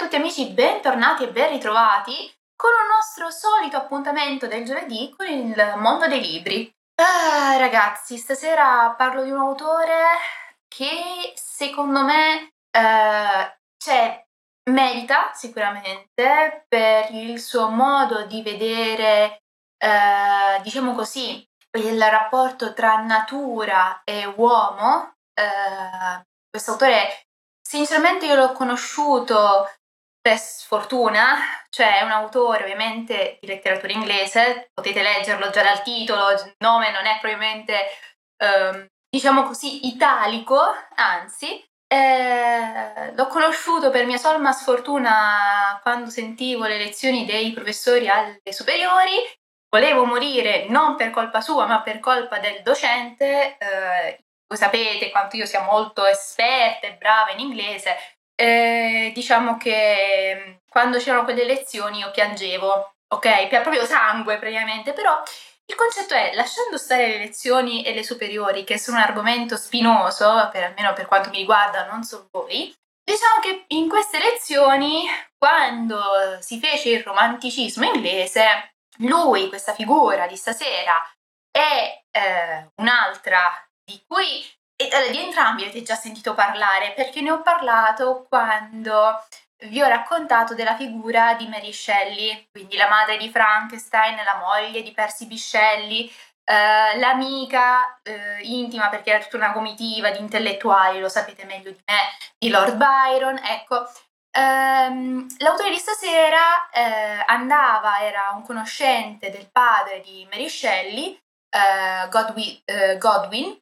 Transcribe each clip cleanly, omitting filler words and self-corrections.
tutti amici, bentornati e ben ritrovati con un nostro solito appuntamento del giovedì con il mondo dei libri. Ragazzi, stasera parlo di un autore che secondo me merita sicuramente per il suo modo di vedere, diciamo così, il rapporto tra natura e uomo. Questo autore sinceramente io l'ho conosciuto per sfortuna, cioè è un autore ovviamente di letteratura inglese, potete leggerlo già dal titolo, il nome non è propriamente, diciamo così, italico, anzi. L'ho conosciuto per mia somma sfortuna quando sentivo le lezioni dei professori alle superiori. Volevo morire non per colpa sua, ma per colpa del docente. Voi sapete quanto io sia molto esperta e brava in inglese. Diciamo che quando c'erano quelle lezioni io piangevo, ok? Proprio sangue praticamente, però il concetto è, lasciando stare le lezioni e le superiori, che sono un argomento spinoso, almeno per quanto mi riguarda, non so voi, diciamo che in queste lezioni, quando si fece il romanticismo inglese, lui, questa figura di stasera, e un'altra di cui di entrambi avete già sentito parlare, perché ne ho parlato quando vi ho raccontato della figura di Mary Shelley, quindi la madre di Frankenstein, la moglie di Percy B. Shelley, l'amica intima, perché era tutta una comitiva di intellettuali, lo sapete meglio di me, di Lord Byron. Ecco, l'autore di stasera era un conoscente del padre di Mary Shelley, Godwin,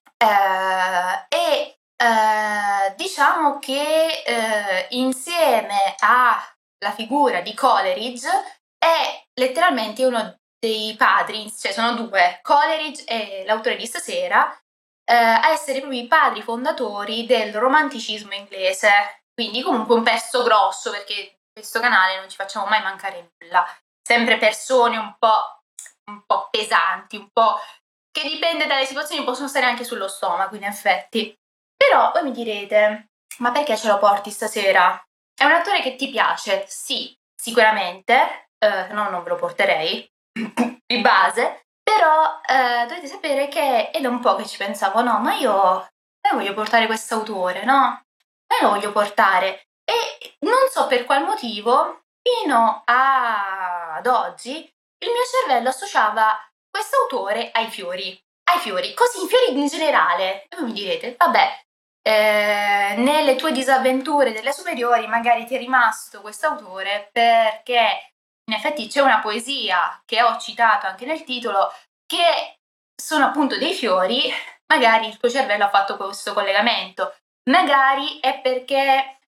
e diciamo che insieme alla figura di Coleridge è letteralmente uno dei padri, cioè sono due, Coleridge e l'autore di stasera, a essere proprio i padri fondatori del romanticismo inglese. Quindi comunque un pezzo grosso, perché in questo canale non ci facciamo mai mancare nulla. Sempre persone un po' pesanti, un po' che dipende dalle situazioni, possono stare anche sullo stomaco in effetti. Però voi mi direte, ma perché ce lo porti stasera? È un attore che ti piace? Sì, sicuramente, se no non ve lo porterei, di base, però dovete sapere che è da un po' che ci pensavo, no, ma io voglio portare quest'autore, no? Lo voglio portare. E non so per qual motivo, fino ad oggi, il mio cervello associava quest'autore ai fiori. Ai fiori, così, i fiori in generale. E voi mi direte, vabbè, nelle tue disavventure delle superiori magari ti è rimasto quest'autore perché in effetti c'è una poesia che ho citato anche nel titolo che sono appunto dei fiori, magari il tuo cervello ha fatto questo collegamento, magari è perché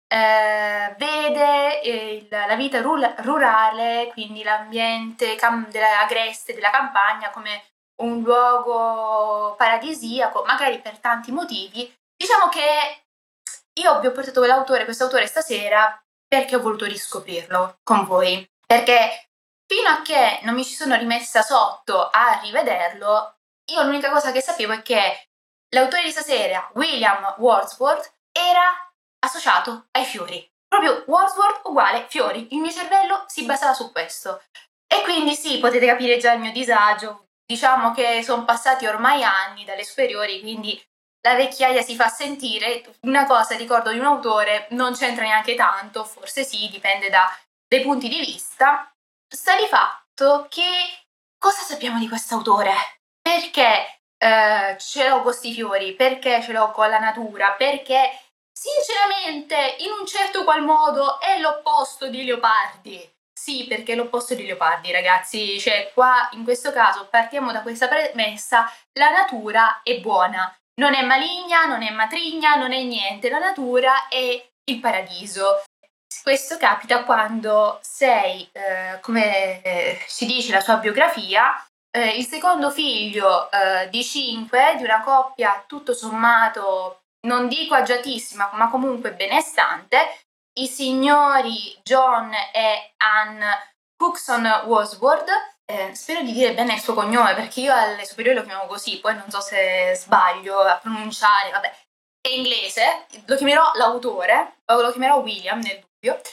vede la vita rurale, quindi l'ambiente agreste della campagna come un luogo paradisiaco, magari per tanti motivi. Diciamo che io vi ho portato quest'autore stasera perché ho voluto riscoprirlo con voi, perché fino a che non mi ci sono rimessa sotto a rivederlo, io l'unica cosa che sapevo è che l'autore di stasera, William Wordsworth, era associato ai fiori. Proprio Wordsworth uguale fiori. Il mio cervello si basava su questo. E quindi sì, potete capire già il mio disagio. Diciamo che sono passati ormai anni dalle superiori, quindi la vecchiaia si fa sentire. Una cosa ricordo di un autore, non c'entra neanche tanto, forse sì, dipende dai punti di vista. Sta di fatto che cosa sappiamo di quest'autore? Perché ce l'ho con questi fiori? Perché ce l'ho con la natura? Perché sinceramente in un certo qual modo è l'opposto di Leopardi. Sì, perché è l'opposto di Leopardi, ragazzi. Cioè, qua in questo caso partiamo da questa premessa: la natura è buona, non è maligna, non è matrigna, non è niente. La natura è il paradiso. Questo capita quando sei, come si dice la sua biografia, il secondo figlio di 5 di una coppia tutto sommato, non dico agiatissima, ma comunque benestante, i signori John e Anne Cookson Wordsworth. Spero di dire bene il suo cognome, perché io alle superiori lo chiamavo così, poi non so se sbaglio a pronunciare, vabbè. È inglese, lo chiamerò l'autore, o lo chiamerò William nel dubbio.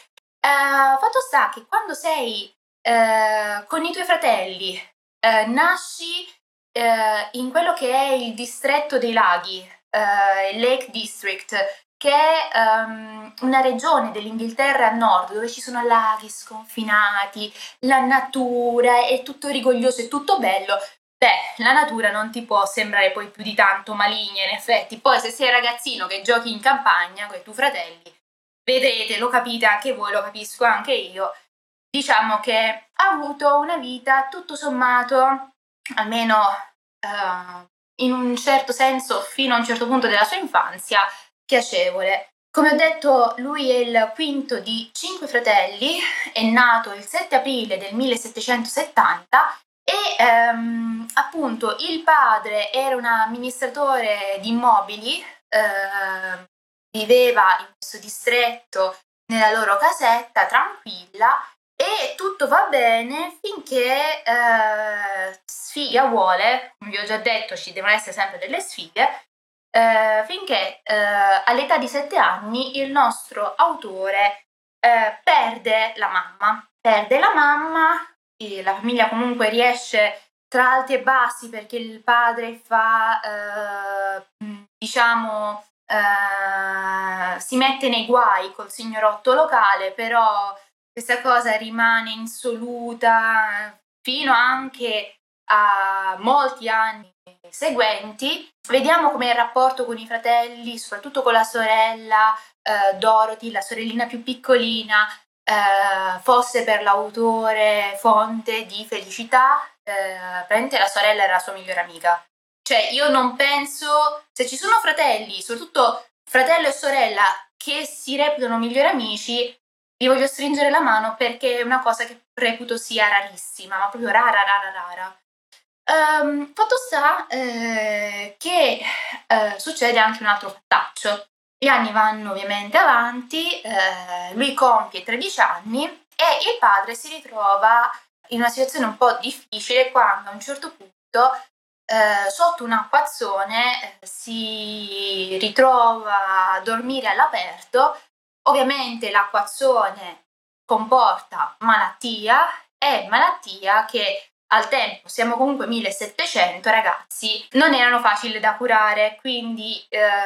Fatto sta che quando sei con i tuoi fratelli, nasci in quello che è il distretto dei laghi, il Lake District, che è una regione dell'Inghilterra a nord dove ci sono laghi sconfinati, la natura, è tutto rigoglioso, è tutto bello. Beh, la natura non ti può sembrare poi più di tanto maligna, in effetti. Poi se sei ragazzino che giochi in campagna con i tuoi fratelli, vedrete, lo capite anche voi, lo capisco anche io, diciamo che ha avuto una vita tutto sommato, almeno in un certo senso, fino a un certo punto della sua infanzia, piacevole. Come ho detto, lui è il quinto di 5 fratelli, è nato il 7 aprile del 1770 e appunto il padre era un amministratore di immobili, viveva in questo distretto nella loro casetta tranquilla e tutto va bene finché sfiga vuole, come vi ho già detto ci devono essere sempre delle sfighe, finché all'età di 7 anni il nostro autore perde la mamma. Perde la mamma, e la famiglia comunque riesce tra alti e bassi perché il padre fa, diciamo, si mette nei guai col signorotto locale, però questa cosa rimane insoluta fino anche a molti anni seguenti. Vediamo com'è il rapporto con i fratelli, soprattutto con la sorella Dorothy, la sorellina più piccolina, fosse per l'autore fonte di felicità, praticamente la sorella era la sua migliore amica. Cioè, io non penso, se ci sono fratelli, soprattutto fratello e sorella, che si reputano migliori amici, gli voglio stringere la mano perché è una cosa che reputo sia rarissima, ma proprio rara, rara, rara. Fatto sta che succede anche un altro fattaccio. Gli anni vanno ovviamente avanti, lui compie 13 anni e il padre si ritrova in una situazione un po' difficile quando a un certo punto sotto un acquazzone si ritrova a dormire all'aperto. Ovviamente l'acquazzone comporta malattia e malattia che al tempo, siamo comunque 1700 ragazzi, non erano facili da curare, quindi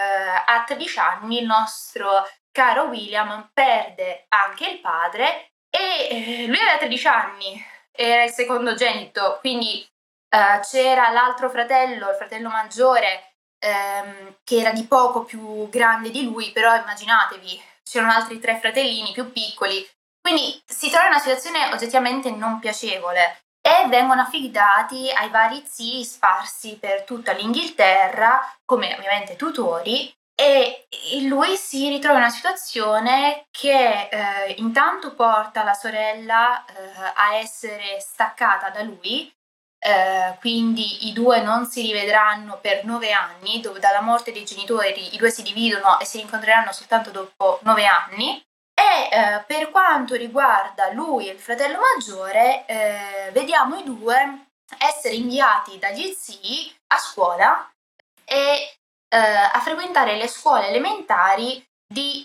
a 13 anni il nostro caro William perde anche il padre e lui aveva 13 anni, era il secondogenito, quindi c'era l'altro fratello, il fratello maggiore, che era di poco più grande di lui, però immaginatevi, c'erano altri 3 fratellini più piccoli, quindi si trova in una situazione oggettivamente non piacevole e vengono affidati ai vari zii sparsi per tutta l'Inghilterra, come ovviamente tutori, e lui si ritrova in una situazione che intanto porta la sorella a essere staccata da lui, quindi i due non si rivedranno per 9 anni, dove dalla morte dei genitori i due si dividono e si rincontreranno soltanto dopo 9 anni. E per quanto riguarda lui e il fratello maggiore, vediamo i due essere inviati dagli zii a scuola e a frequentare le scuole elementari di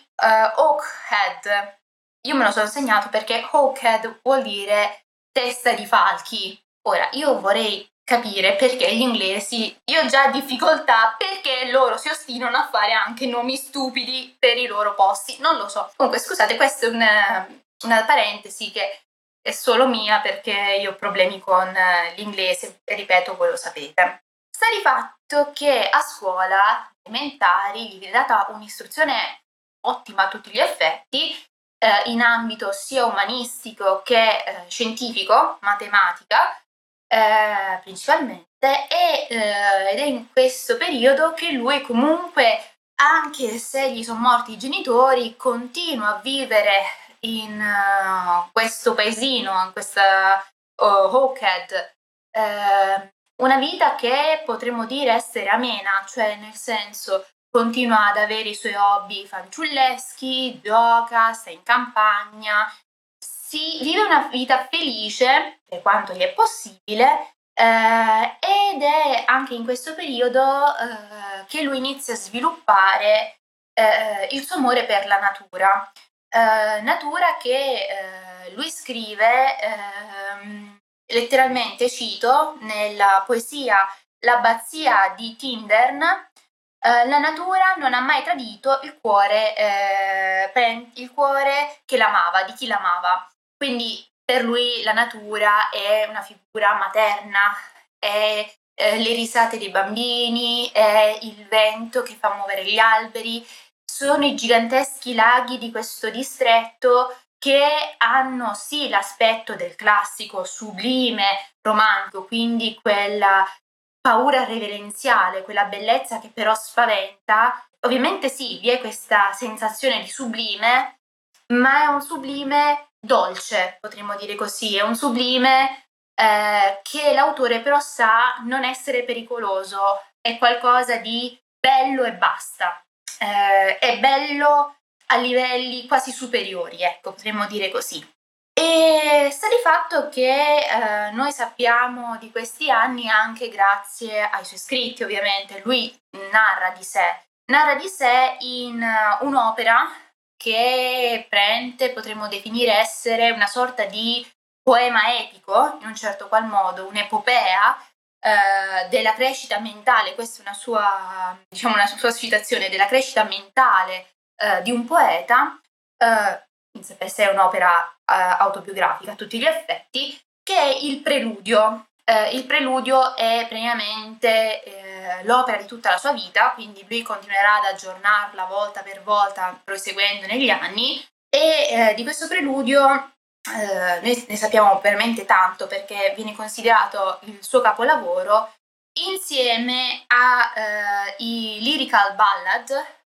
Oakhead. Io me lo sono segnato perché Oakhead vuol dire testa di falchi. Ora, io vorrei capire perché gli inglesi, io ho già difficoltà perché loro si ostinano a fare anche nomi stupidi per i loro posti, non lo so. Comunque, scusate, questa è una parentesi che è solo mia perché io ho problemi con l'inglese, e ripeto, voi lo sapete. Sta di fatto che a scuola elementari gli viene data un'istruzione ottima a tutti gli effetti, in ambito sia umanistico che scientifico, matematica, principalmente, ed è in questo periodo che lui comunque, anche se gli sono morti i genitori, continua a vivere in questo paesino, in questa Hawkhead, una vita che potremmo dire essere amena, cioè nel senso continua ad avere i suoi hobby fanciulleschi, gioca, sta in campagna, si vive una vita felice, per quanto gli è possibile, ed è anche in questo periodo che lui inizia a sviluppare il suo amore per la natura. natura che lui scrive, letteralmente cito, nella poesia L'abbazia di Tindern, la natura non ha mai tradito il cuore che l'amava, di chi l'amava. Quindi per lui la natura è una figura materna, è le risate dei bambini, è il vento che fa muovere gli alberi, sono i giganteschi laghi di questo distretto che hanno sì l'aspetto del classico sublime romantico, quindi quella paura reverenziale, quella bellezza che però spaventa. Ovviamente sì, vi è questa sensazione di sublime, ma è un sublime dolce, potremmo dire così, è un sublime che l'autore però sa non essere pericoloso, è qualcosa di bello e basta, è bello a livelli quasi superiori, ecco, potremmo dire così. E sta di fatto che noi sappiamo di questi anni anche grazie ai suoi scritti, ovviamente. Lui narra di sé in un'opera che potremmo definire essere una sorta di poema epico, in un certo qual modo, un'epopea della crescita mentale, questa è una sua citazione, della crescita mentale di un poeta, in sé per sé è un'opera autobiografica a tutti gli effetti, che è il preludio. Il preludio è praticamente l'opera di tutta la sua vita, quindi lui continuerà ad aggiornarla volta per volta, proseguendo negli anni, e di questo preludio noi ne sappiamo veramente tanto perché viene considerato il suo capolavoro insieme ai lyrical ballad,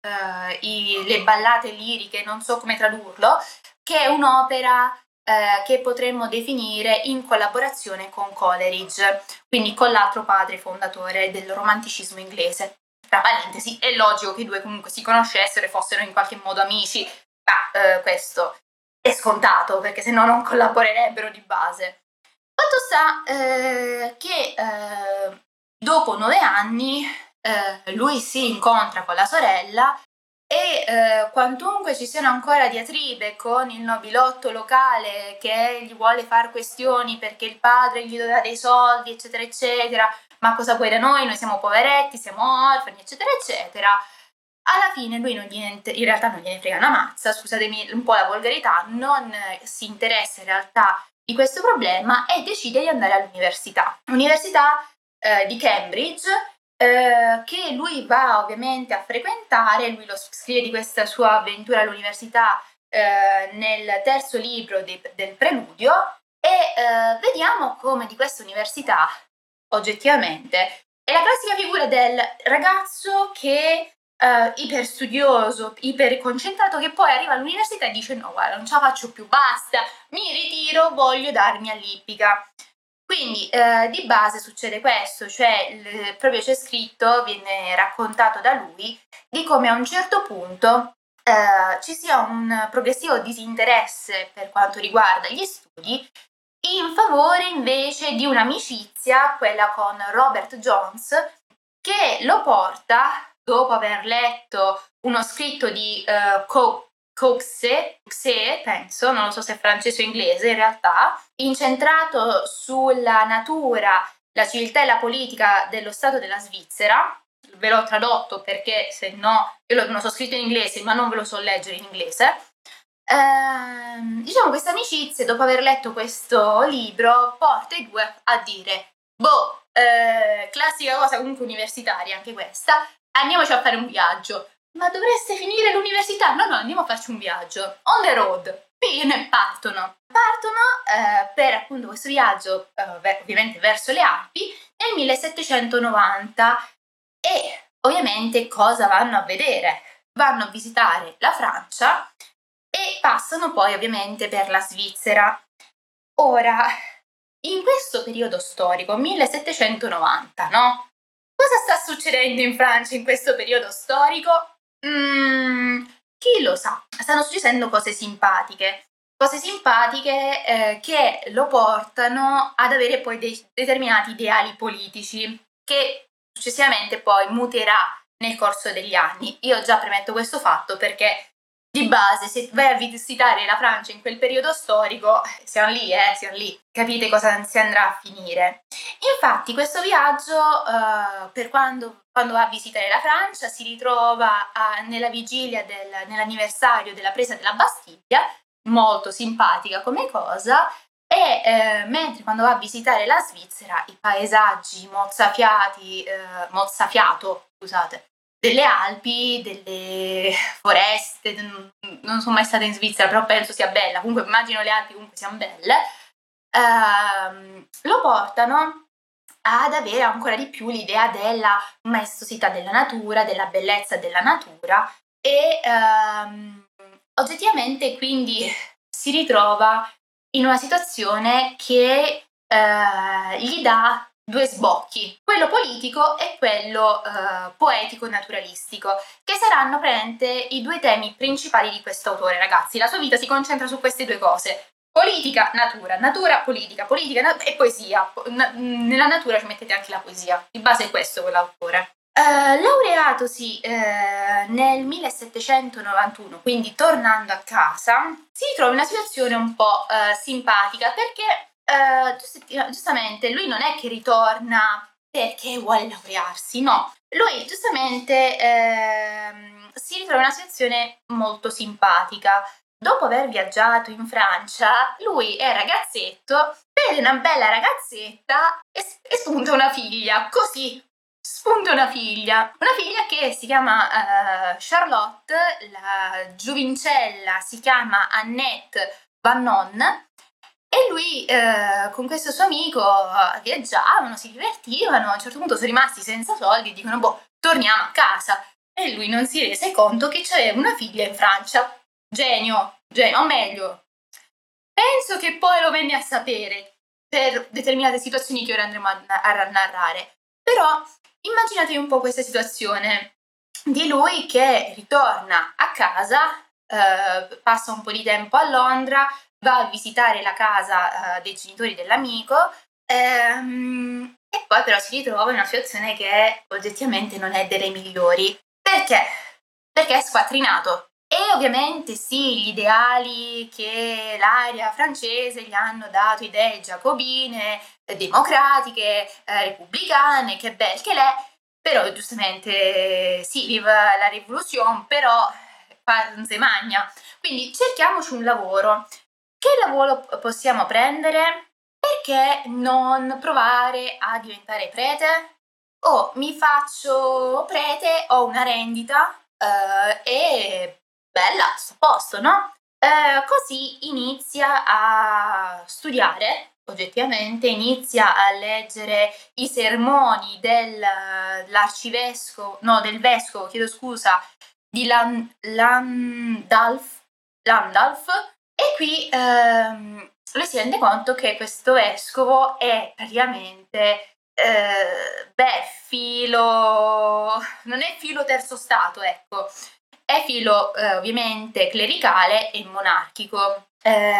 le ballate liriche, non so come tradurlo, che è un'opera che potremmo definire in collaborazione con Coleridge, quindi con l'altro padre fondatore del romanticismo inglese. Tra parentesi, è logico che i due comunque si conoscessero e fossero in qualche modo amici, ma questo è scontato perché se no non collaborerebbero di base. Fatto sta che dopo 9 anni lui si incontra con la sorella e quantunque ci siano ancora diatribe con il nobilotto locale che gli vuole far questioni perché il padre gli dà dei soldi, eccetera, eccetera, ma cosa vuoi da noi? Noi siamo poveretti, siamo orfani, eccetera, eccetera. Alla fine lui in realtà non gliene frega una mazza, scusatemi un po' la volgarità, non si interessa in realtà di questo problema e decide di andare all'università. Università di Cambridge, che lui va ovviamente a frequentare, lui lo scrive di questa sua avventura all'università nel terzo libro del Preludio e vediamo come di questa università oggettivamente è la classica figura del ragazzo che iper studioso, iper concentrato, che poi arriva all'università e dice no guarda non ce la faccio più, basta, mi ritiro, voglio darmi all'ippica. Quindi di base succede questo, cioè proprio c'è scritto, viene raccontato da lui, di come a un certo punto ci sia un progressivo disinteresse per quanto riguarda gli studi in favore invece di un'amicizia, quella con Robert Jones, che lo porta, dopo aver letto uno scritto di Coxet, penso, non lo so se è francese o inglese in realtà, incentrato sulla natura, la civiltà e la politica dello Stato della Svizzera. Ve l'ho tradotto perché se no, io lo so scritto in inglese ma non ve lo so leggere in inglese. Diciamo queste amicizie, dopo aver letto questo libro, porta i due a dire classica cosa comunque universitaria anche questa, andiamoci a fare un viaggio. Ma dovreste finire l'università? No, andiamo a farci un viaggio. On the road. E partono per appunto questo viaggio, ovviamente verso le Alpi, nel 1790 e ovviamente cosa vanno a vedere? Vanno a visitare la Francia e passano poi ovviamente per la Svizzera. Ora, in questo periodo storico, 1790, no? Cosa sta succedendo in Francia in questo periodo storico? Chi lo sa? Stanno succedendo cose simpatiche che lo portano ad avere poi dei determinati ideali politici che successivamente poi muterà nel corso degli anni. Io già premetto questo fatto perché di base, se vai a visitare la Francia in quel periodo storico, siamo lì, capite cosa si andrà a finire. Infatti questo viaggio, per quando va a visitare la Francia, si ritrova nella vigilia nell'anniversario della presa della Bastiglia, molto simpatica come cosa, e mentre quando va a visitare la Svizzera, i paesaggi mozzafiato, scusate, delle Alpi, delle foreste, non sono mai stata in Svizzera, però penso sia bella, comunque immagino le Alpi comunque siano belle, lo portano ad avere ancora di più l'idea della maestosità della natura, della bellezza della natura e oggettivamente quindi si ritrova in una situazione che gli dà due sbocchi, quello politico e quello poetico-naturalistico, che saranno praticamente i due temi principali di questo autore, ragazzi. La sua vita si concentra su queste due cose. Politica, natura, politica, e poesia. Nella natura ci mettete anche la poesia. Di base è questo quell'autore. Laureatosi nel 1791, quindi tornando a casa, si trova in una situazione un po' simpatica perché giustamente lui non è che ritorna perché vuole laurearsi, no. Lui giustamente si ritrova in una situazione molto simpatica. Dopo aver viaggiato in Francia, lui è ragazzetto, vede una bella ragazzetta e spunta una figlia, così. Spunta una figlia che si chiama Charlotte, la giovincella si chiama Annette Vannon e lui con questo suo amico viaggiavano, si divertivano, a un certo punto sono rimasti senza soldi e dicono boh, torniamo a casa. E lui non si rese conto che c'aveva una figlia in Francia. Genio, o meglio, penso che poi lo venne a sapere per determinate situazioni che ora andremo a narrare. Però immaginatevi un po' questa situazione di lui che ritorna a casa, passa un po' di tempo a Londra, va a visitare la casa dei genitori dell'amico e poi però si ritrova in una situazione che oggettivamente non è delle migliori. Perché? Perché è squattrinato. E ovviamente sì, gli ideali che l'area francese gli hanno dato, idee giacobine, democratiche, repubblicane, che bel che l'è, però giustamente sì, viva la rivoluzione, però non si magna. Quindi cerchiamoci un lavoro. Che lavoro possiamo prendere? Perché non provare a diventare prete? O mi faccio prete, ho una rendita e bella, sto a posto, no? Così inizia a studiare, oggettivamente, inizia a leggere i sermoni dell'arcivescovo, no, del vescovo, chiedo scusa, di Landalf, e qui lui si rende conto che questo vescovo è praticamente non è filo terzo stato, ecco, è filo ovviamente clericale e monarchico.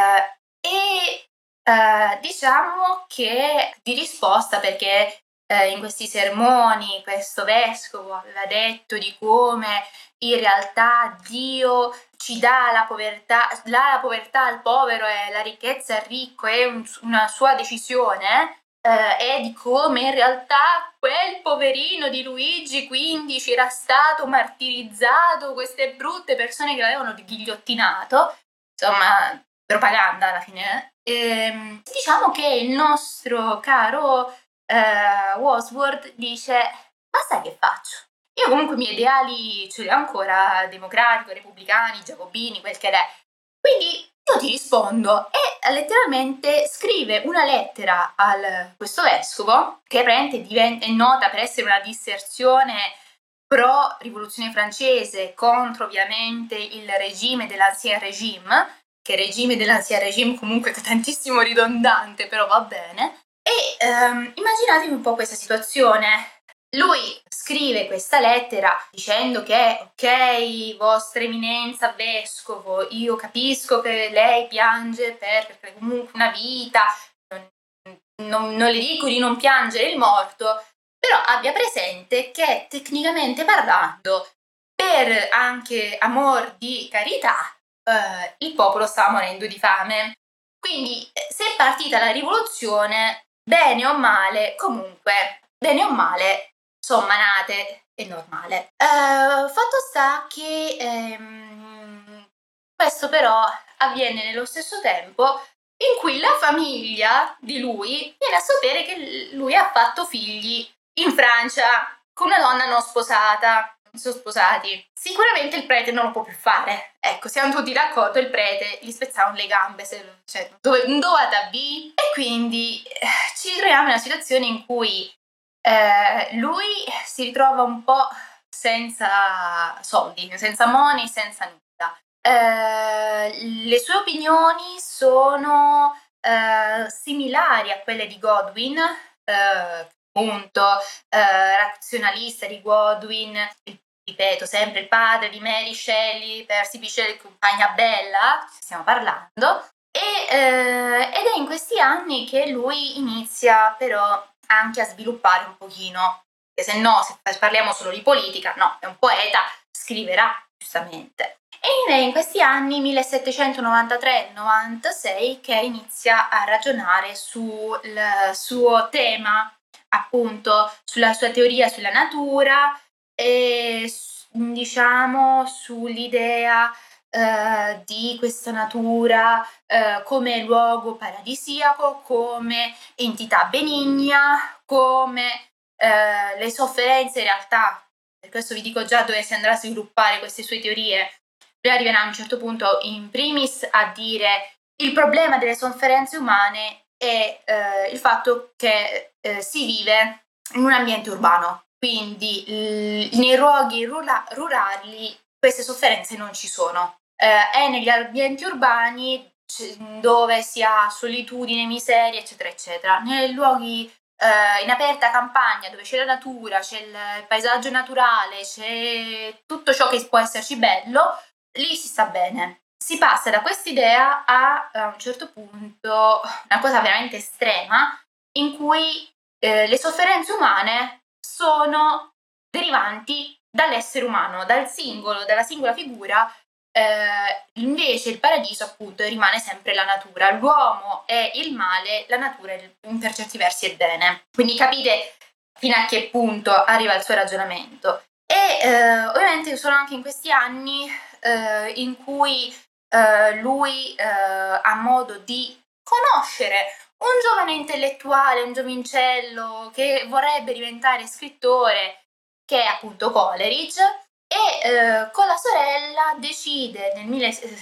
Diciamo che di risposta, perché in questi sermoni questo vescovo aveva detto di come in realtà Dio ci dà la povertà al povero e la ricchezza al ricco, è una sua decisione, e di come in realtà quel poverino di Luigi XV era stato martirizzato, queste brutte persone che l'avevano ghigliottinato, insomma, propaganda alla fine. Diciamo che il nostro caro Wordsworth dice: ma sai che faccio? Io comunque i miei ideali ce li ho ancora, democratico, repubblicani, giacobini, quel che è. Quindi io ti rispondo e letteralmente scrive una lettera a questo vescovo, che praticamente è nota per essere una disserzione pro rivoluzione francese contro ovviamente il regime dell'ancien regime, che regime dell'ancien regime comunque è tantissimo ridondante, però va bene. E immaginatevi un po' questa situazione. Lui scrive questa lettera dicendo che, ok, vostra eminenza vescovo, io capisco che lei piange perché comunque una vita, non le dico di non piangere il morto, però abbia presente che tecnicamente parlando per anche amor di carità, il popolo stava morendo di fame. Quindi se è partita la rivoluzione, bene o male, comunque, bene o male, sono manate, è normale. Fatto sta che questo però avviene nello stesso tempo in cui la famiglia di lui viene a sapere che lui ha fatto figli in Francia con una donna non sposata. Sono sposati. Sicuramente il prete non lo può più fare. Ecco, siamo tutti d'accordo, il prete gli spezzavano le gambe, cioè, dove da B. E quindi ci ritroviamo in una situazione in cui lui si ritrova un po' senza soldi, senza money, senza nulla. Le sue opinioni sono similari a quelle di Godwin, appunto, razionalista di Godwin, ripeto, sempre il padre di Mary Shelley, Percy B. Shelley, compagna bella, stiamo parlando, ed è in questi anni che lui inizia però anche a sviluppare un pochino, perché se no, se parliamo solo di politica, no, è un poeta, scriverà giustamente. Ed è in questi anni 1793-96 che inizia a ragionare sul suo tema, appunto, sulla sua teoria sulla natura e diciamo sull'idea di questa natura come luogo paradisiaco, come entità benigna, come le sofferenze in realtà, per questo vi dico già dove si andrà a sviluppare queste sue teorie. Lui arriverà a un certo punto in primis a dire il problema delle sofferenze umane è il fatto che si vive in un ambiente urbano, quindi nei luoghi rurali queste sofferenze non ci sono. È negli ambienti urbani dove si ha solitudine, miseria, eccetera, eccetera. Nei luoghi in aperta campagna dove c'è la natura, c'è il paesaggio naturale, c'è tutto ciò che può esserci bello, lì si sta bene. Si passa da quest'idea a un certo punto una cosa veramente estrema in cui le sofferenze umane sono derivanti dall'essere umano, dal singolo, dalla singola figura. Invece il paradiso appunto rimane sempre la natura, l'uomo è il male, la natura per certi versi è bene. Quindi capite fino a che punto arriva il suo ragionamento. E ovviamente sono anche in questi anni in cui lui ha modo di conoscere un giovane intellettuale, un giovincello che vorrebbe diventare scrittore, che è appunto Coleridge, e con la sorella decide nel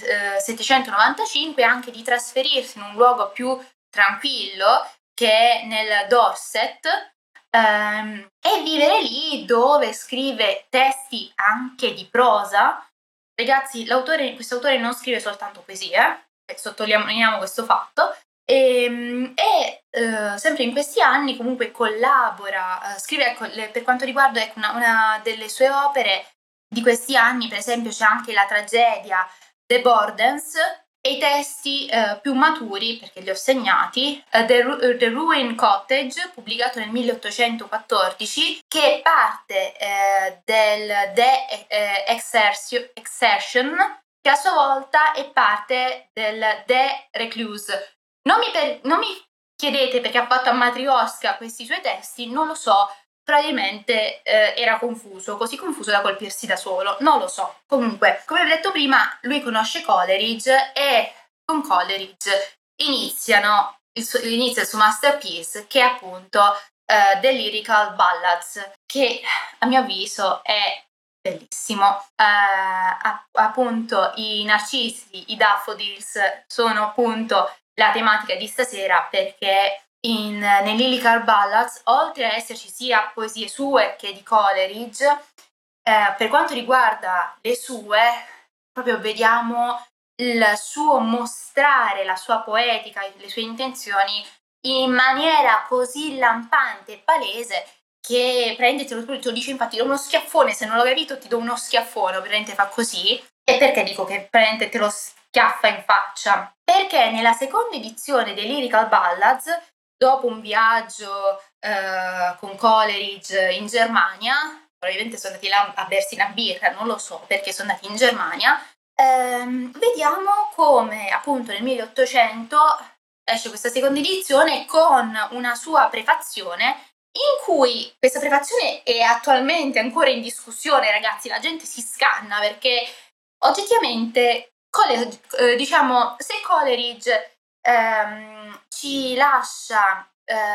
1795 anche di trasferirsi in un luogo più tranquillo, che è nel Dorset, e vivere lì dove scrive testi anche di prosa. Ragazzi, questo autore non scrive soltanto poesie, sottolineiamo questo fatto, e sempre in questi anni comunque collabora, scrive per quanto riguarda ecco, una delle sue opere di questi anni, per esempio c'è anche la tragedia The Bordens e i testi più maturi, perché li ho segnati, The Ruin Cottage, pubblicato nel 1814, che è parte del The Exertion, che a sua volta è parte del The Recluse. Non mi chiedete perché ha fatto a matriosca questi suoi testi, non lo so, probabilmente era confuso, così confuso da colpirsi da solo, non lo so. Comunque, come ho detto prima, lui conosce Coleridge e con Coleridge inizia il suo masterpiece, che è appunto The Lyrical Ballads, che a mio avviso è bellissimo. Appunto i narcisi, i daffodils sono appunto la tematica di stasera, perché nei Lyrical Ballads, oltre a esserci sia poesie sue che di Coleridge, per quanto riguarda le sue, proprio vediamo il suo mostrare la sua poetica, le sue intenzioni in maniera così lampante e palese che te lo dice, infatti do uno schiaffone, se non l'ho capito ti do uno schiaffone, ovviamente fa così. E perché dico che praticamente te lo schiaffa in faccia? Perché nella seconda edizione dei Lyrical Ballads, dopo un viaggio con Coleridge in Germania, probabilmente sono andati là a bersi una birra, non lo so, perché sono andati in Germania, vediamo come appunto nel 1800 esce questa seconda edizione con una sua prefazione in cui questa prefazione è attualmente ancora in discussione, ragazzi, la gente si scanna perché oggettivamente diciamo, se Coleridge ci lascia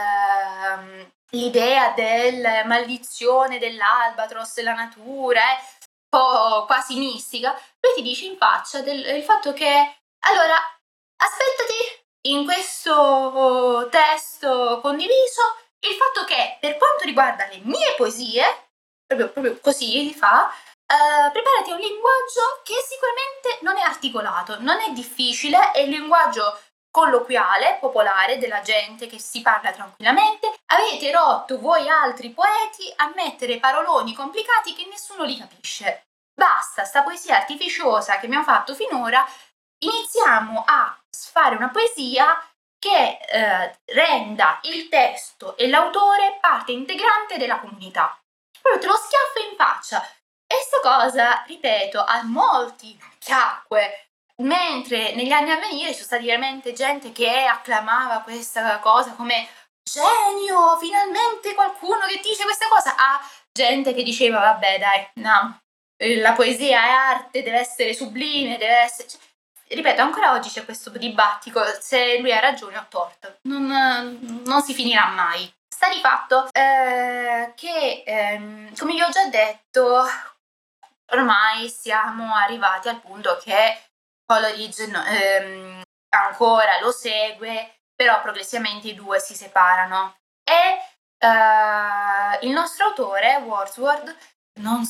l'idea del maledizione dell'albatros, della natura, un po' quasi mistica, lui ti dice in faccia il fatto che allora aspettati in questo testo condiviso il fatto che per quanto riguarda le mie poesie, proprio così fa, preparati a un linguaggio che sicuramente non è articolato, non è difficile, è il linguaggio colloquiale, popolare, della gente che si parla tranquillamente. Avete rotto voi altri poeti a mettere paroloni complicati che nessuno li capisce. Basta, sta poesia artificiosa che abbiamo fatto finora, iniziamo a fare una poesia che renda il testo e l'autore parte integrante della comunità. Proprio te lo schiaffo in faccia. E sta cosa, ripeto, a molti piacque, mentre negli anni a venire ci sono stati veramente gente che acclamava questa cosa come genio, finalmente qualcuno che dice questa cosa, a gente che diceva vabbè dai, no, la poesia è arte, deve essere sublime, deve essere... Ripeto, ancora oggi c'è questo dibattito se lui ha ragione o ha torto, non si finirà mai. Sta di fatto che, come vi ho già detto, ormai siamo arrivati al punto che Coleridge ancora lo segue, però progressivamente i due si separano. E il nostro autore, Wordsworth, non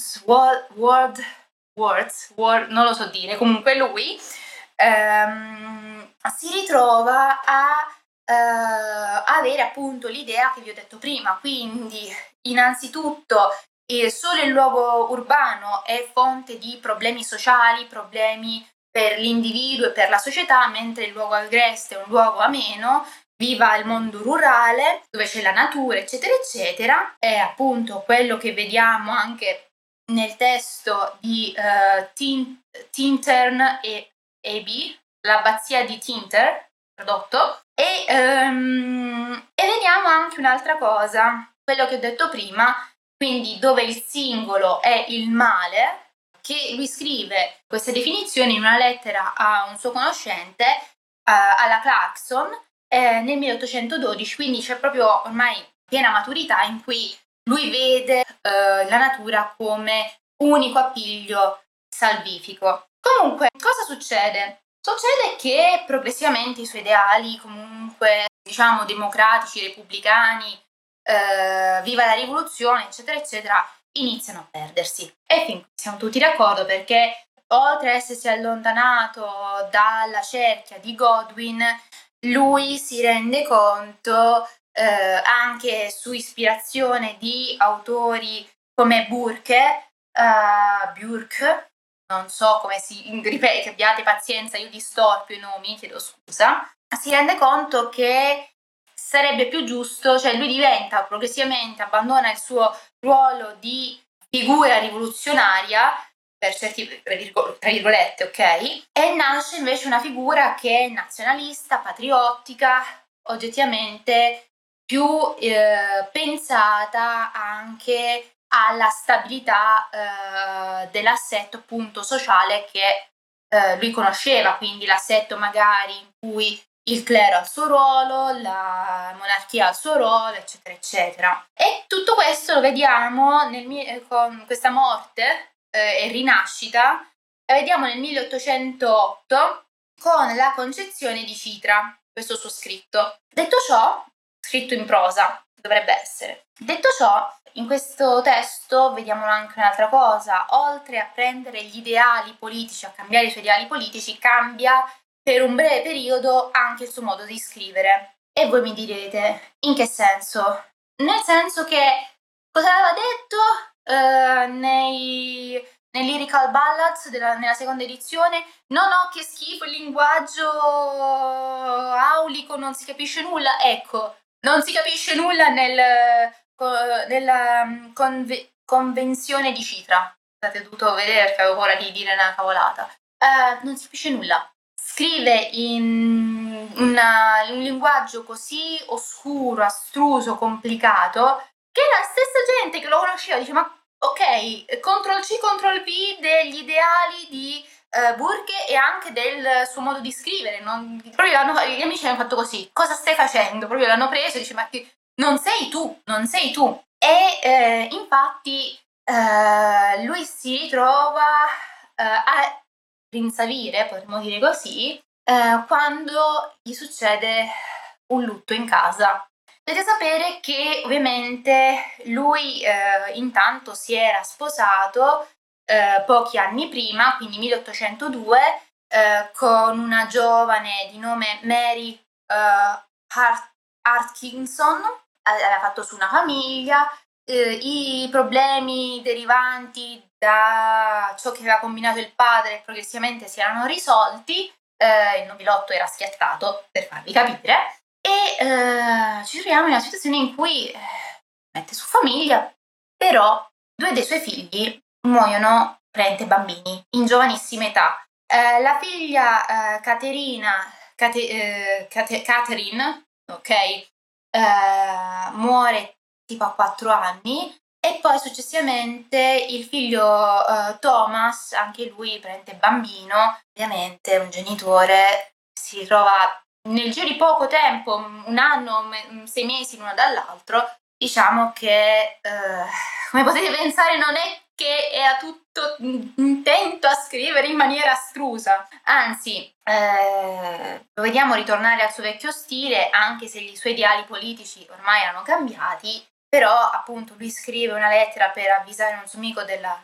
lo so dire, comunque lui si ritrova a avere appunto l'idea che vi ho detto prima, quindi innanzitutto solo il luogo urbano è fonte di problemi sociali, problemi per l'individuo e per la società, mentre il luogo agreste è un luogo ameno, viva il mondo rurale, dove c'è la natura, eccetera, eccetera. È appunto quello che vediamo anche nel testo di Tintern e Abbey, l'abbazia di Tinter, tradotto, e vediamo anche un'altra cosa, quello che ho detto prima, quindi dove il singolo è il male, che lui scrive queste definizioni in una lettera a un suo conoscente, alla Clarkson, nel 1812, quindi c'è proprio ormai piena maturità in cui lui vede la natura come unico appiglio salvifico. Comunque, cosa succede? Succede che progressivamente i suoi ideali, comunque, diciamo, democratici, repubblicani, viva la rivoluzione, eccetera, eccetera, iniziano a perdersi. E fin qui siamo tutti d'accordo perché, oltre ad essersi allontanato dalla cerchia di Godwin, lui si rende conto, anche su ispirazione di autori come Burke, non so come si ripete, abbiate pazienza, io distorpio i nomi, chiedo scusa, si rende conto che sarebbe più giusto, cioè lui diventa progressivamente, abbandona il suo ruolo di figura rivoluzionaria, per certi, tra virgolette, ok? E nasce invece una figura che è nazionalista, patriottica, oggettivamente più pensata anche alla stabilità dell'assetto appunto sociale che lui conosceva, quindi l'assetto magari in cui il clero ha il suo ruolo, la monarchia ha il suo ruolo, eccetera, eccetera. E tutto questo lo vediamo con questa morte e rinascita, la vediamo nel 1808 con la concezione di Citra, questo suo scritto. Detto ciò, scritto in prosa, dovrebbe essere. Detto ciò, in questo testo vediamo anche un'altra cosa, oltre a prendere gli ideali politici, a cambiare i suoi ideali politici, cambia per un breve periodo anche il suo modo di scrivere. E voi mi direte, in che senso? Nel senso che, cosa aveva detto nei Lyrical Ballads nella seconda edizione? No, che schifo, il linguaggio aulico, non si capisce nulla. Ecco, non si capisce nulla nella convenzione di cifra. Avete dovuto vedere perché avevo paura di dire una cavolata. Non si capisce nulla. Scrive in un linguaggio così oscuro, astruso, complicato, che la stessa gente che lo conosceva dice: ma ok, Ctrl-C, Ctrl-V degli ideali di Burke e anche del suo modo di scrivere. Proprio gli amici hanno fatto così: cosa stai facendo? Proprio l'hanno preso e dice: ma non sei tu. E infatti lui si ritrova a rinsavire, potremmo dire così, quando gli succede un lutto in casa. Dovete sapere che ovviamente lui intanto si era sposato pochi anni prima, quindi 1802, con una giovane di nome Mary Atkinson, aveva fatto su una famiglia, i problemi derivanti da ciò che aveva combinato il padre progressivamente si erano risolti, il nobilotto era schiattato, per farvi capire, e ci troviamo in una situazione in cui mette su famiglia, però 2 dei suoi figli muoiono praticamente bambini, in giovanissima età. La figlia Catherine, ok, muore tipo a 4 anni, e poi successivamente il figlio Thomas, anche lui praticamente bambino, ovviamente un genitore si ritrova nel giro di poco tempo, un anno, 6 mesi l'uno dall'altro, diciamo che come potete pensare non è che era tutto intento a scrivere in maniera astrusa, anzi lo vediamo ritornare al suo vecchio stile, anche se i suoi ideali politici ormai erano cambiati, però appunto lui scrive una lettera per avvisare un suo amico della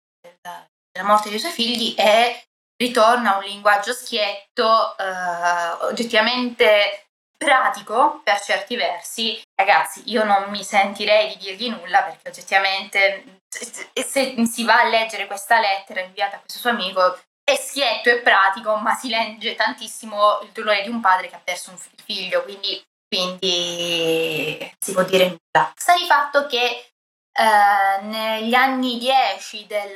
morte dei suoi figli e ritorna a un linguaggio schietto, oggettivamente pratico per certi versi. Ragazzi, io non mi sentirei di dirgli nulla perché oggettivamente se si va a leggere questa lettera inviata a questo suo amico è schietto e pratico, ma si legge tantissimo il dolore di un padre che ha perso un figlio, quindi si può dire nulla. Sta di fatto che negli anni 10 del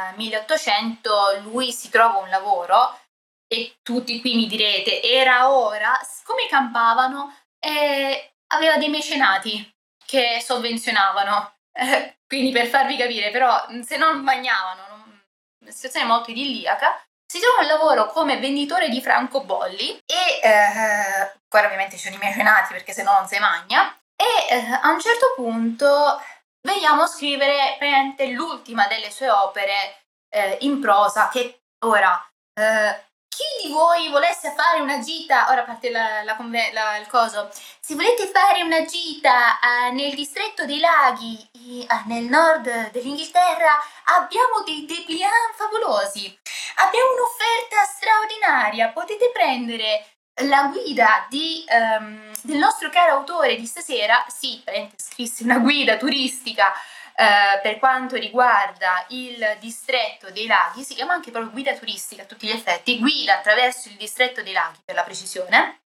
1800 lui si trova un lavoro e tutti qui mi direte era ora, siccome campavano aveva dei mecenati che sovvenzionavano, quindi per farvi capire, però se non bagnavano, una situazione molto idilliaca, si trova un lavoro come venditore di francobolli e poi ovviamente ci sono i mecenati perché se no non si magna, e a un certo punto veniamo scrivere praticamente l'ultima delle sue opere in prosa, che ora chi di voi volesse fare una gita, ora parte il coso, se volete fare una gita nel distretto dei laghi nel nord dell'Inghilterra, abbiamo dei dépliant favolosi, abbiamo un'offerta straordinaria, potete prendere la guida del nostro caro autore di stasera, sì, scrisse una guida turistica per quanto riguarda il distretto dei laghi, si chiama anche proprio guida turistica a tutti gli effetti, guida attraverso il distretto dei laghi per la precisione,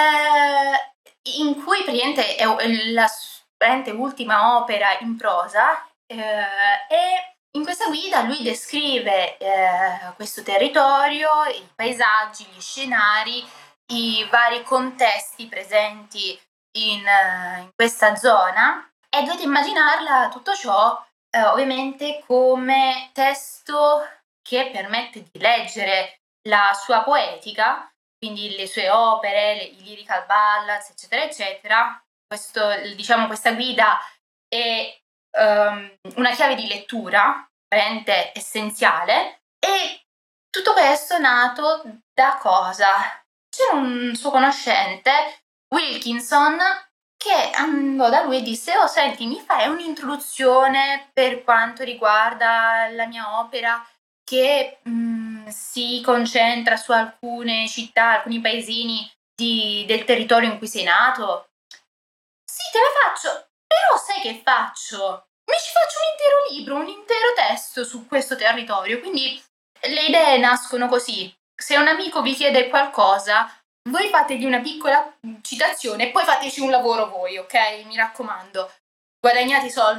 in cui praticamente è la ultima opera in prosa, e in questa guida lui descrive questo territorio, i paesaggi, gli scenari, i vari contesti presenti in questa zona, e dovete immaginarla tutto ciò ovviamente come testo che permette di leggere la sua poetica, quindi le sue opere, i lyrical ballads, eccetera, eccetera. Questa guida è una chiave di lettura veramente essenziale, e tutto questo è nato da cosa? C'era un suo conoscente, Wilkinson, che andò da lui e disse: oh senti, mi fai un'introduzione per quanto riguarda la mia opera che si concentra su alcune città, alcuni paesini del territorio in cui sei nato? Sì, te la faccio, però sai che faccio? Mi ci faccio un intero libro, un intero testo su questo territorio, quindi le idee nascono così. Se un amico vi chiede qualcosa, voi fategli una piccola citazione e poi fateci un lavoro voi, ok? Mi raccomando, guadagnate i soldi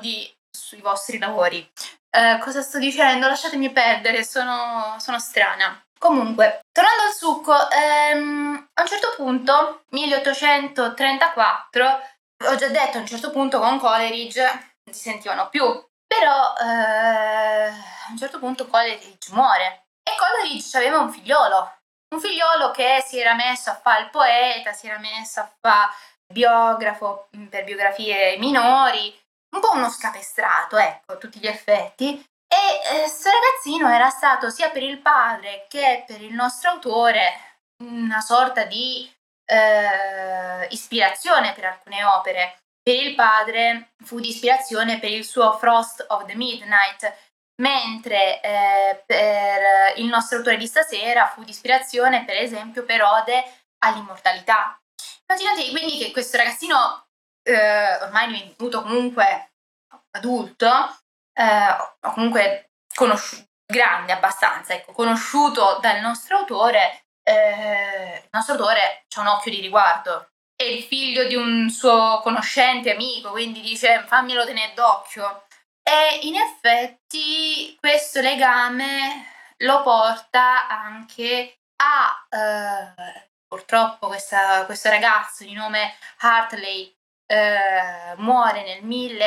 sui vostri lavori. Cosa sto dicendo? Lasciatemi perdere, sono strana. Comunque, tornando al succo, a un certo punto, 1834, ho già detto, a un certo punto con Coleridge non si sentivano più, però a un certo punto Coleridge muore e Coleridge aveva un figliolo che si era messo a fare il poeta, si era messo a fare biografo per biografie minori, un po' uno scapestrato, ecco, a tutti gli effetti. E sto ragazzino era stato sia per il padre che per il nostro autore una sorta di ispirazione per alcune opere. Per il padre fu di ispirazione per il suo Frost of the Midnight, mentre per il nostro autore di stasera fu di ispirazione per esempio per Ode all'immortalità. Immaginate quindi che questo ragazzino ormai divenuto comunque adulto, o comunque grande abbastanza, ecco, conosciuto dal nostro autore, il nostro autore c'ha un occhio di riguardo. È il figlio di un suo conoscente, amico, quindi dice fammelo tenere d'occhio. E in effetti questo legame lo porta anche a purtroppo questo ragazzo di nome Hartley muore nel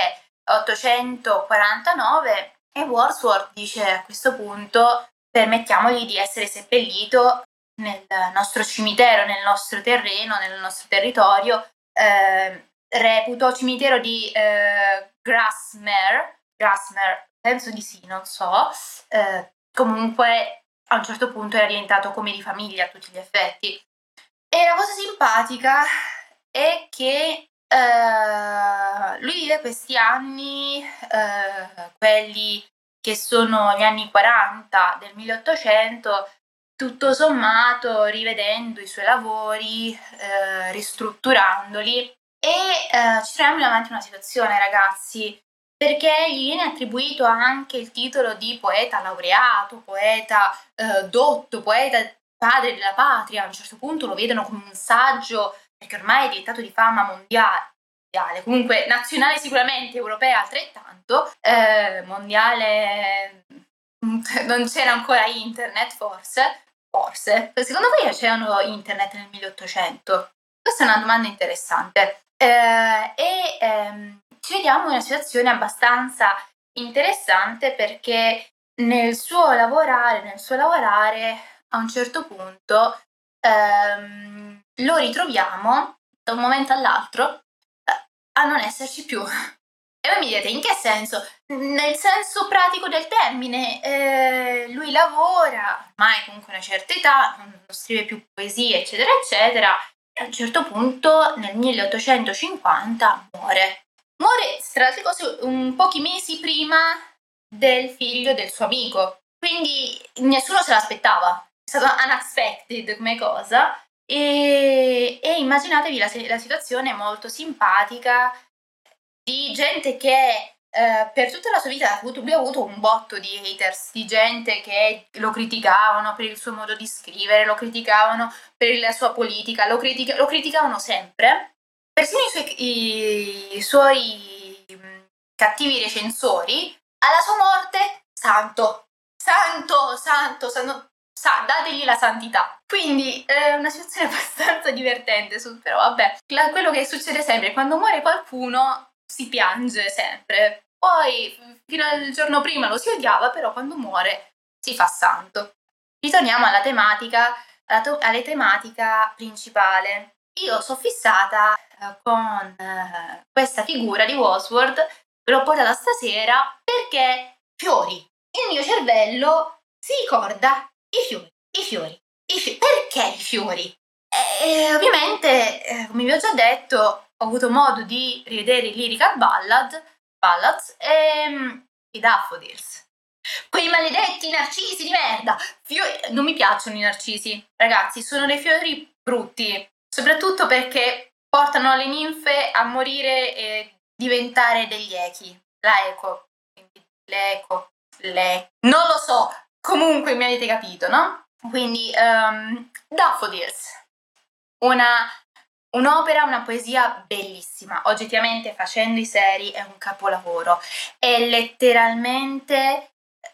1849 e Wordsworth dice a questo punto permettiamogli di essere seppellito nel nostro cimitero, nel nostro terreno, nel nostro territorio, reputo cimitero di Grasmere, penso di sì, non so, comunque a un certo punto era diventato come di famiglia a tutti gli effetti. E la cosa simpatica è che lui vive questi anni, quelli che sono gli anni 40 del 1800, tutto sommato rivedendo i suoi lavori, ristrutturandoli e ci troviamo davanti a una situazione, ragazzi, perché gli viene attribuito anche il titolo di poeta laureato, poeta dotto, poeta padre della patria. A un certo punto lo vedono come un saggio, perché ormai è diventato di fama mondiale, comunque nazionale sicuramente, europea altrettanto, mondiale non c'era ancora internet forse, secondo voi c'erano internet nel 1800? Questa è una domanda interessante. Ci vediamo in una situazione abbastanza interessante perché nel suo lavorare a un certo punto lo ritroviamo da un momento all'altro a non esserci più. E voi mi direte in che senso? Nel senso pratico del termine, lui lavora, ormai comunque una certa età, non scrive più poesie, eccetera, eccetera, e a un certo punto nel 1850 muore. Muore, tra le altre cose, pochi mesi prima del figlio del suo amico. Quindi nessuno se l'aspettava. È stato unexpected come cosa. E immaginatevi la situazione molto simpatica di gente che per tutta la sua vita lui ha avuto un botto di haters, di gente che lo criticavano per il suo modo di scrivere, lo criticavano per la sua politica, lo criticavano sempre. Persino i suoi cattivi recensori, alla sua morte, santo, dategli la santità. Quindi è una situazione abbastanza divertente, però vabbè, quello che succede sempre, quando muore qualcuno si piange sempre. Poi fino al giorno prima lo si odiava, però quando muore si fa santo. Ritorniamo alla tematica, alla tematica principale. Io sono fissata con questa figura di Wordsworth, ve l'ho portata stasera perché fiori. Il mio cervello si ricorda i fiori. Perché i fiori? Ovviamente, come vi ho già detto, ho avuto modo di rivedere i Lyrical Ballads e i Daffodils. Quei maledetti narcisi di merda! Non mi piacciono i narcisi, ragazzi, sono dei fiori brutti, soprattutto perché portano le ninfe a morire e diventare degli echi. La eco, quindi non lo so, comunque mi avete capito, no? Quindi Daffodils, una Un'opera, una poesia bellissima, oggettivamente facendo i seri è un capolavoro, è letteralmente,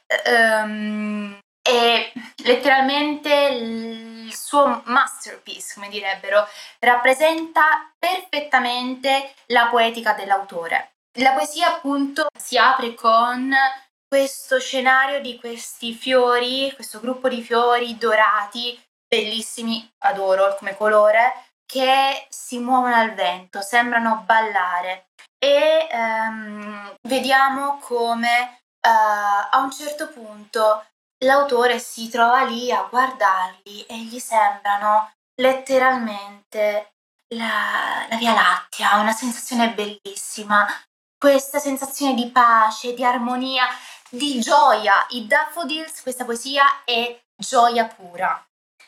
è letteralmente il suo masterpiece, come direbbero, rappresenta perfettamente la poetica dell'autore. La poesia appunto si apre con questo scenario di questi fiori, questo gruppo di fiori dorati, bellissimi, adoro come colore, che si muovono al vento, sembrano ballare e vediamo come a un certo punto l'autore si trova lì a guardarli e gli sembrano letteralmente la Via Lattea, una sensazione bellissima, questa sensazione di pace, di armonia, di gioia. I Daffodils, questa poesia è gioia pura.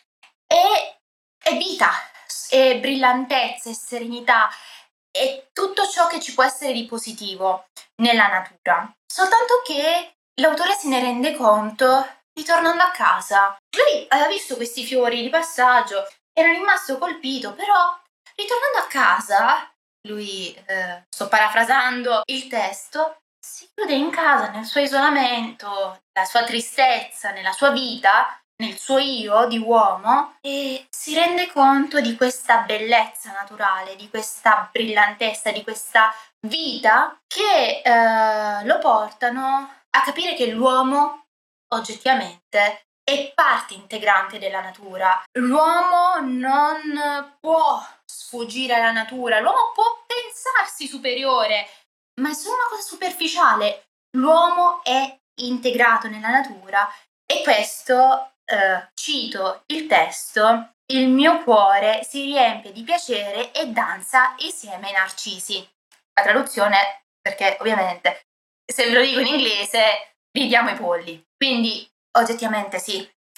È vita, è brillantezza, è serenità, è tutto ciò che ci può essere di positivo nella natura. Soltanto che l'autore se ne rende conto ritornando a casa. Lui aveva visto questi fiori di passaggio, era rimasto colpito, però ritornando a casa, lui, sto parafrasando il testo, si chiude in casa nel suo isolamento, nella sua tristezza, nella sua vita, nel suo io di uomo e si rende conto di questa bellezza naturale, di questa brillantezza, di questa vita che lo portano a capire che l'uomo oggettivamente è parte integrante della natura. L'uomo non può sfuggire alla natura, l'uomo può pensarsi superiore, ma è solo una cosa superficiale. L'uomo è integrato nella natura e questo, cito il testo, il mio cuore si riempie di piacere e danza insieme ai narcisi. La traduzione, perché ovviamente se ve lo dico in inglese, ridiamo i polli. Quindi oggettivamente sì,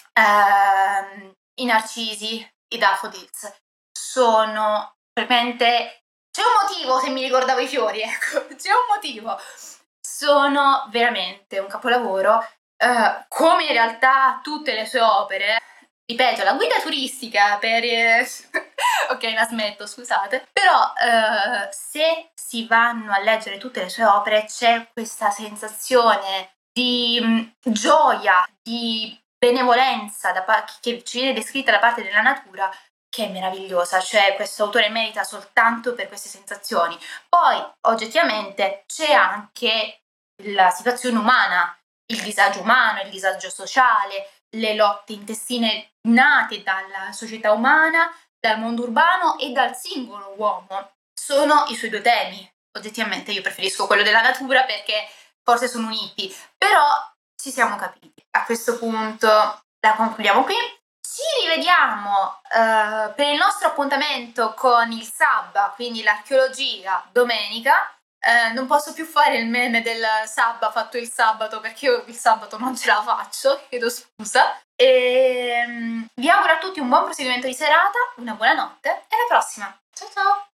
i narcisi, i daffodils, sono veramente... C'è un motivo se mi ricordavo i fiori, ecco, c'è un motivo. Sono veramente un capolavoro, come in realtà tutte le sue opere. Ripeto, la guida turistica per... ok, la smetto, scusate. Però se si vanno a leggere tutte le sue opere c'è questa sensazione di gioia, di benevolenza che ci viene descritta da parte della natura che è meravigliosa, cioè questo autore merita soltanto per queste sensazioni. Poi oggettivamente c'è anche la situazione umana, il disagio umano, il disagio sociale, le lotte intestine nate dalla società umana, dal mondo urbano e dal singolo uomo. Sono i suoi due temi. Oggettivamente io preferisco quello della natura perché forse sono uniti, però ci siamo capiti. A questo punto la concludiamo qui. Ci rivediamo per il nostro appuntamento con il Sabba, quindi l'archeologia, domenica. Non posso più fare il meme del Sabba fatto il sabato perché io il sabato non ce la faccio, chiedo scusa. E vi auguro a tutti un buon proseguimento di serata, una buona notte e alla prossima. Ciao ciao!